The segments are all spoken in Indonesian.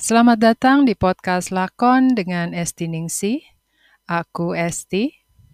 Selamat datang di podcast Lakon dengan Esti Ningsih. Aku Esti.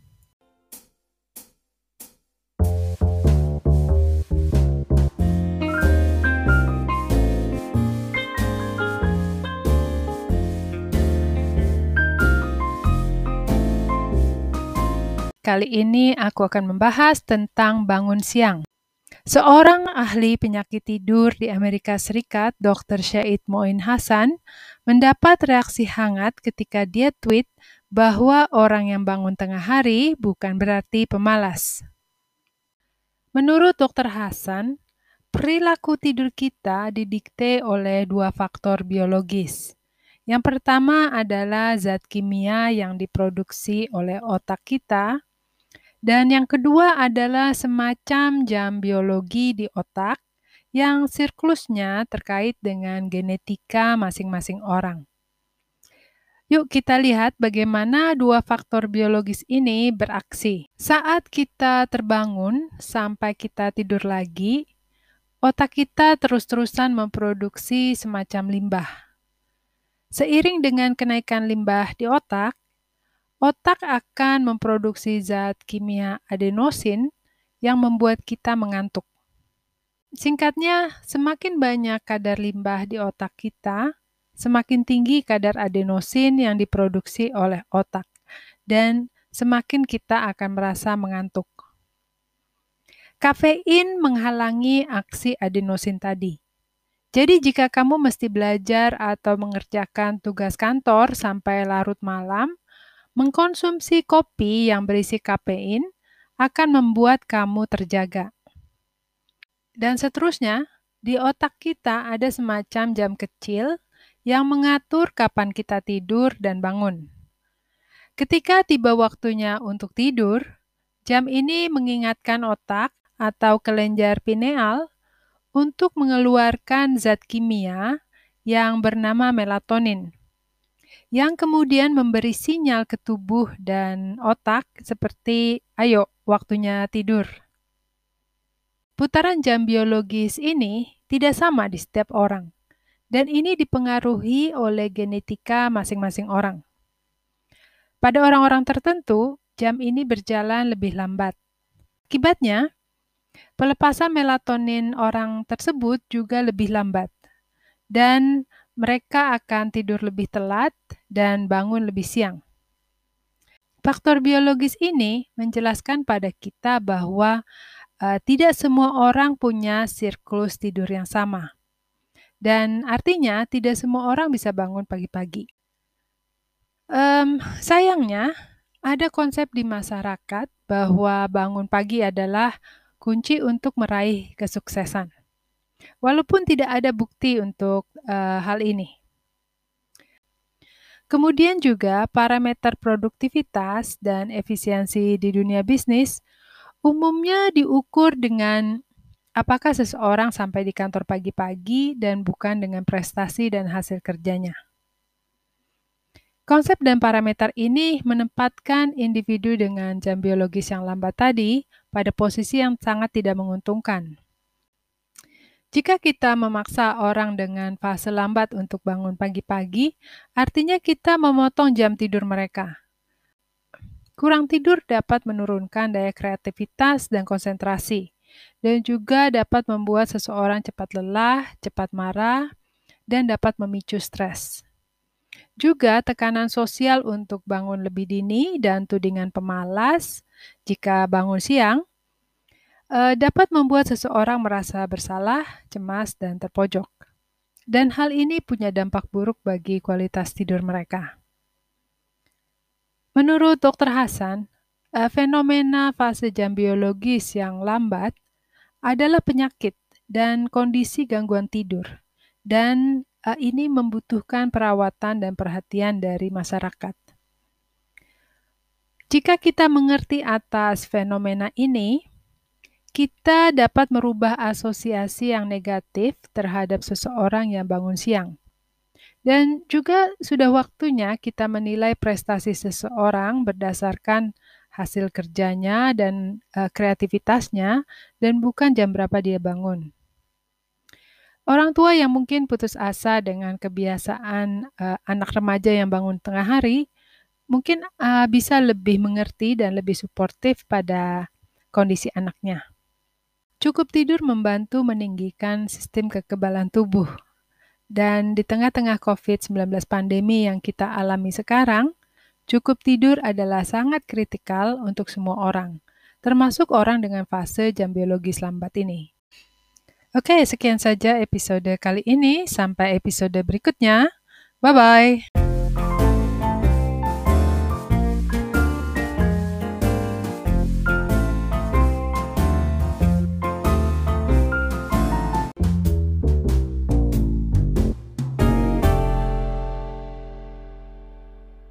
Kali ini aku akan membahas tentang bangun siang. Seorang ahli penyakit tidur di Amerika Serikat, Dr. Syahid Moin Hasan, mendapat reaksi hangat ketika dia tweet bahwa orang yang bangun tengah hari bukan berarti pemalas. Menurut Dr. Hasan, perilaku tidur kita didikte oleh dua faktor biologis. Yang pertama adalah zat kimia yang diproduksi oleh otak kita, dan yang kedua adalah semacam jam biologi di otak yang siklusnya terkait dengan genetika masing-masing orang. Yuk kita lihat bagaimana dua faktor biologis ini beraksi. Saat kita terbangun sampai kita tidur lagi, otak kita terus-terusan memproduksi semacam limbah. Seiring dengan kenaikan limbah di otak akan memproduksi zat kimia adenosin yang membuat kita mengantuk. Singkatnya, semakin banyak kadar limbah di otak kita, semakin tinggi kadar adenosin yang diproduksi oleh otak, dan semakin kita akan merasa mengantuk. Kafein menghalangi aksi adenosin tadi. Jadi jika kamu mesti belajar atau mengerjakan tugas kantor sampai larut malam, mengkonsumsi kopi yang berisi kafein akan membuat kamu terjaga. Dan seterusnya, di otak kita ada semacam jam kecil yang mengatur kapan kita tidur dan bangun. Ketika tiba waktunya untuk tidur, jam ini mengingatkan otak atau kelenjar pineal untuk mengeluarkan zat kimia yang bernama melatonin, yang kemudian memberi sinyal ke tubuh dan otak seperti, ayo, waktunya tidur. Putaran jam biologis ini tidak sama di setiap orang, dan ini dipengaruhi oleh genetika masing-masing orang. Pada orang-orang tertentu, jam ini berjalan lebih lambat. Akibatnya, pelepasan melatonin orang tersebut juga lebih lambat, dan mereka akan tidur lebih telat dan bangun lebih siang. Faktor biologis ini menjelaskan pada kita bahwa tidak semua orang punya siklus tidur yang sama. Dan artinya tidak semua orang bisa bangun pagi-pagi. Sayangnya, ada konsep di masyarakat bahwa bangun pagi adalah kunci untuk meraih kesuksesan. Walaupun tidak ada bukti untuk hal ini. Kemudian juga parameter produktivitas dan efisiensi di dunia bisnis umumnya diukur dengan apakah seseorang sampai di kantor pagi-pagi dan bukan dengan prestasi dan hasil kerjanya. Konsep dan parameter ini menempatkan individu dengan jam biologis yang lambat tadi pada posisi yang sangat tidak menguntungkan. Jika kita memaksa orang dengan fase lambat untuk bangun pagi-pagi, artinya kita memotong jam tidur mereka. Kurang tidur dapat menurunkan daya kreativitas dan konsentrasi, dan juga dapat membuat seseorang cepat lelah, cepat marah, dan dapat memicu stres. Juga tekanan sosial untuk bangun lebih dini dan tudingan pemalas jika bangun siang dapat membuat seseorang merasa bersalah, cemas, dan terpojok. Dan hal ini punya dampak buruk bagi kualitas tidur mereka. Menurut Dr. Hasan, fenomena fase jam biologis yang lambat adalah penyakit dan kondisi gangguan tidur, dan ini membutuhkan perawatan dan perhatian dari masyarakat. Jika kita mengerti atas fenomena ini, kita dapat merubah asosiasi yang negatif terhadap seseorang yang bangun siang. Dan juga sudah waktunya kita menilai prestasi seseorang berdasarkan hasil kerjanya dan kreativitasnya, dan bukan jam berapa dia bangun. Orang tua yang mungkin putus asa dengan kebiasaan anak remaja yang bangun tengah hari, mungkin bisa lebih mengerti dan lebih suportif pada kondisi anaknya. Cukup tidur membantu meninggikan sistem kekebalan tubuh. Dan di tengah-tengah COVID-19 pandemi yang kita alami sekarang, cukup tidur adalah sangat kritikal untuk semua orang, termasuk orang dengan fase jam biologis lambat ini. Oke, sekian saja episode kali ini. Sampai episode berikutnya. Bye-bye.